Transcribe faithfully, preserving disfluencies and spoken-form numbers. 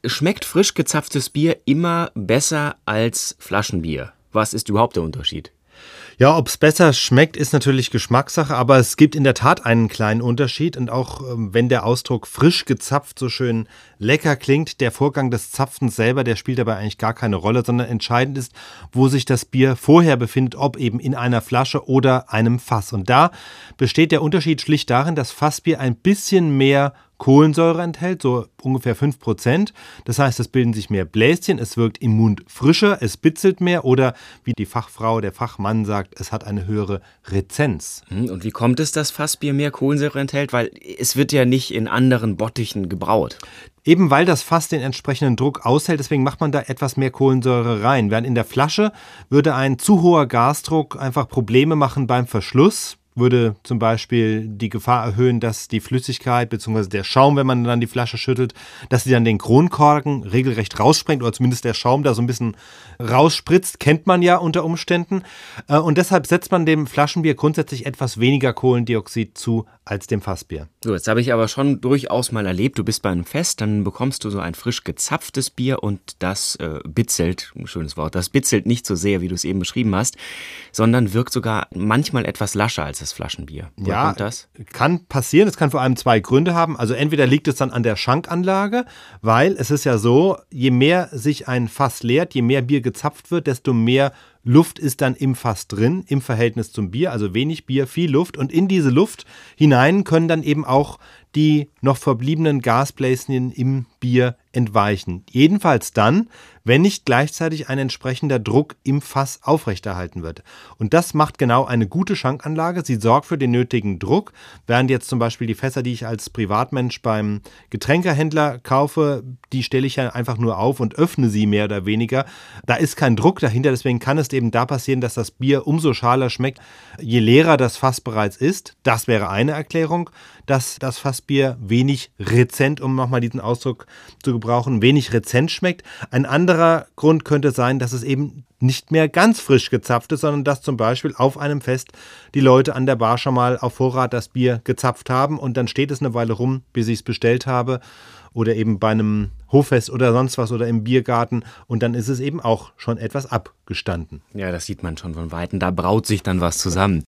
schmeckt frisch gezapftes Bier immer besser als Flaschenbier? Was ist überhaupt der Unterschied? Ja, ob es besser schmeckt, ist natürlich Geschmackssache, aber es gibt in der Tat einen kleinen Unterschied. Und auch ähm, wenn der Ausdruck frisch gezapft so schön lecker klingt, der Vorgang des Zapfens selber, der spielt dabei eigentlich gar keine Rolle, sondern entscheidend ist, wo sich das Bier vorher befindet, ob eben in einer Flasche oder einem Fass. Und da besteht der Unterschied schlicht darin, dass Fassbier ein bisschen mehr Kohlensäure enthält, so ungefähr fünf Prozent. Das heißt, es bilden sich mehr Bläschen, es wirkt im Mund frischer, es bitzelt mehr oder, wie die Fachfrau, der Fachmann sagt, es hat eine höhere Rezenz. Und wie kommt es, dass Fassbier mehr Kohlensäure enthält? Weil es wird ja nicht in anderen Bottichen gebraut. Eben weil das Fass den entsprechenden Druck aushält, deswegen macht man da etwas mehr Kohlensäure rein. Während in der Flasche würde ein zu hoher Gasdruck einfach Probleme machen beim Verschluss. Würde zum Beispiel die Gefahr erhöhen, dass die Flüssigkeit bzw. der Schaum, wenn man dann die Flasche schüttelt, dass sie dann den Kronkorken regelrecht raussprengt oder zumindest der Schaum da so ein bisschen rausspritzt, kennt man ja unter Umständen. Und deshalb setzt man dem Flaschenbier grundsätzlich etwas weniger Kohlendioxid zu als dem Fassbier. So, jetzt habe ich aber schon durchaus mal erlebt, du bist bei einem Fest, dann bekommst du so ein frisch gezapftes Bier und das äh, bitzelt, ein schönes Wort, das bitzelt nicht so sehr, wie du es eben beschrieben hast, sondern wirkt sogar manchmal etwas lascher als das Flaschenbier. Woher ja, kommt das? Kann passieren. Es kann vor allem zwei Gründe haben. Also entweder liegt es dann an der Schankanlage, weil es ist ja so, je mehr sich ein Fass leert, je mehr Bier gezapft wird, desto mehr Luft ist dann im Fass drin, im Verhältnis zum Bier, also wenig Bier, viel Luft. Und in diese Luft hinein können dann eben auch die noch verbliebenen Gasbläschen im Bier entweichen. Jedenfalls dann, wenn nicht gleichzeitig ein entsprechender Druck im Fass aufrechterhalten wird. Und das macht genau eine gute Schankanlage. Sie sorgt für den nötigen Druck, während jetzt zum Beispiel die Fässer, die ich als Privatmensch beim Getränkehändler kaufe, die stelle ich ja einfach nur auf und öffne sie mehr oder weniger. Da ist kein Druck dahinter, deswegen kann es eben da passieren, dass das Bier umso schaler schmeckt, je leerer das Fass bereits ist. Das wäre eine Erklärung, dass das Fassbier wenig rezent, um nochmal diesen Ausdruck zu gebrauchen, wenig rezent schmeckt. Ein anderer Grund könnte sein, dass es eben nicht mehr ganz frisch gezapft ist, sondern dass zum Beispiel auf einem Fest die Leute an der Bar schon mal auf Vorrat das Bier gezapft haben und dann steht es eine Weile rum, bis ich es bestellt habe oder eben bei einem Hoffest oder sonst was oder im Biergarten und dann ist es eben auch schon etwas abgestanden. Ja, das sieht man schon von Weitem, da braut sich dann was zusammen.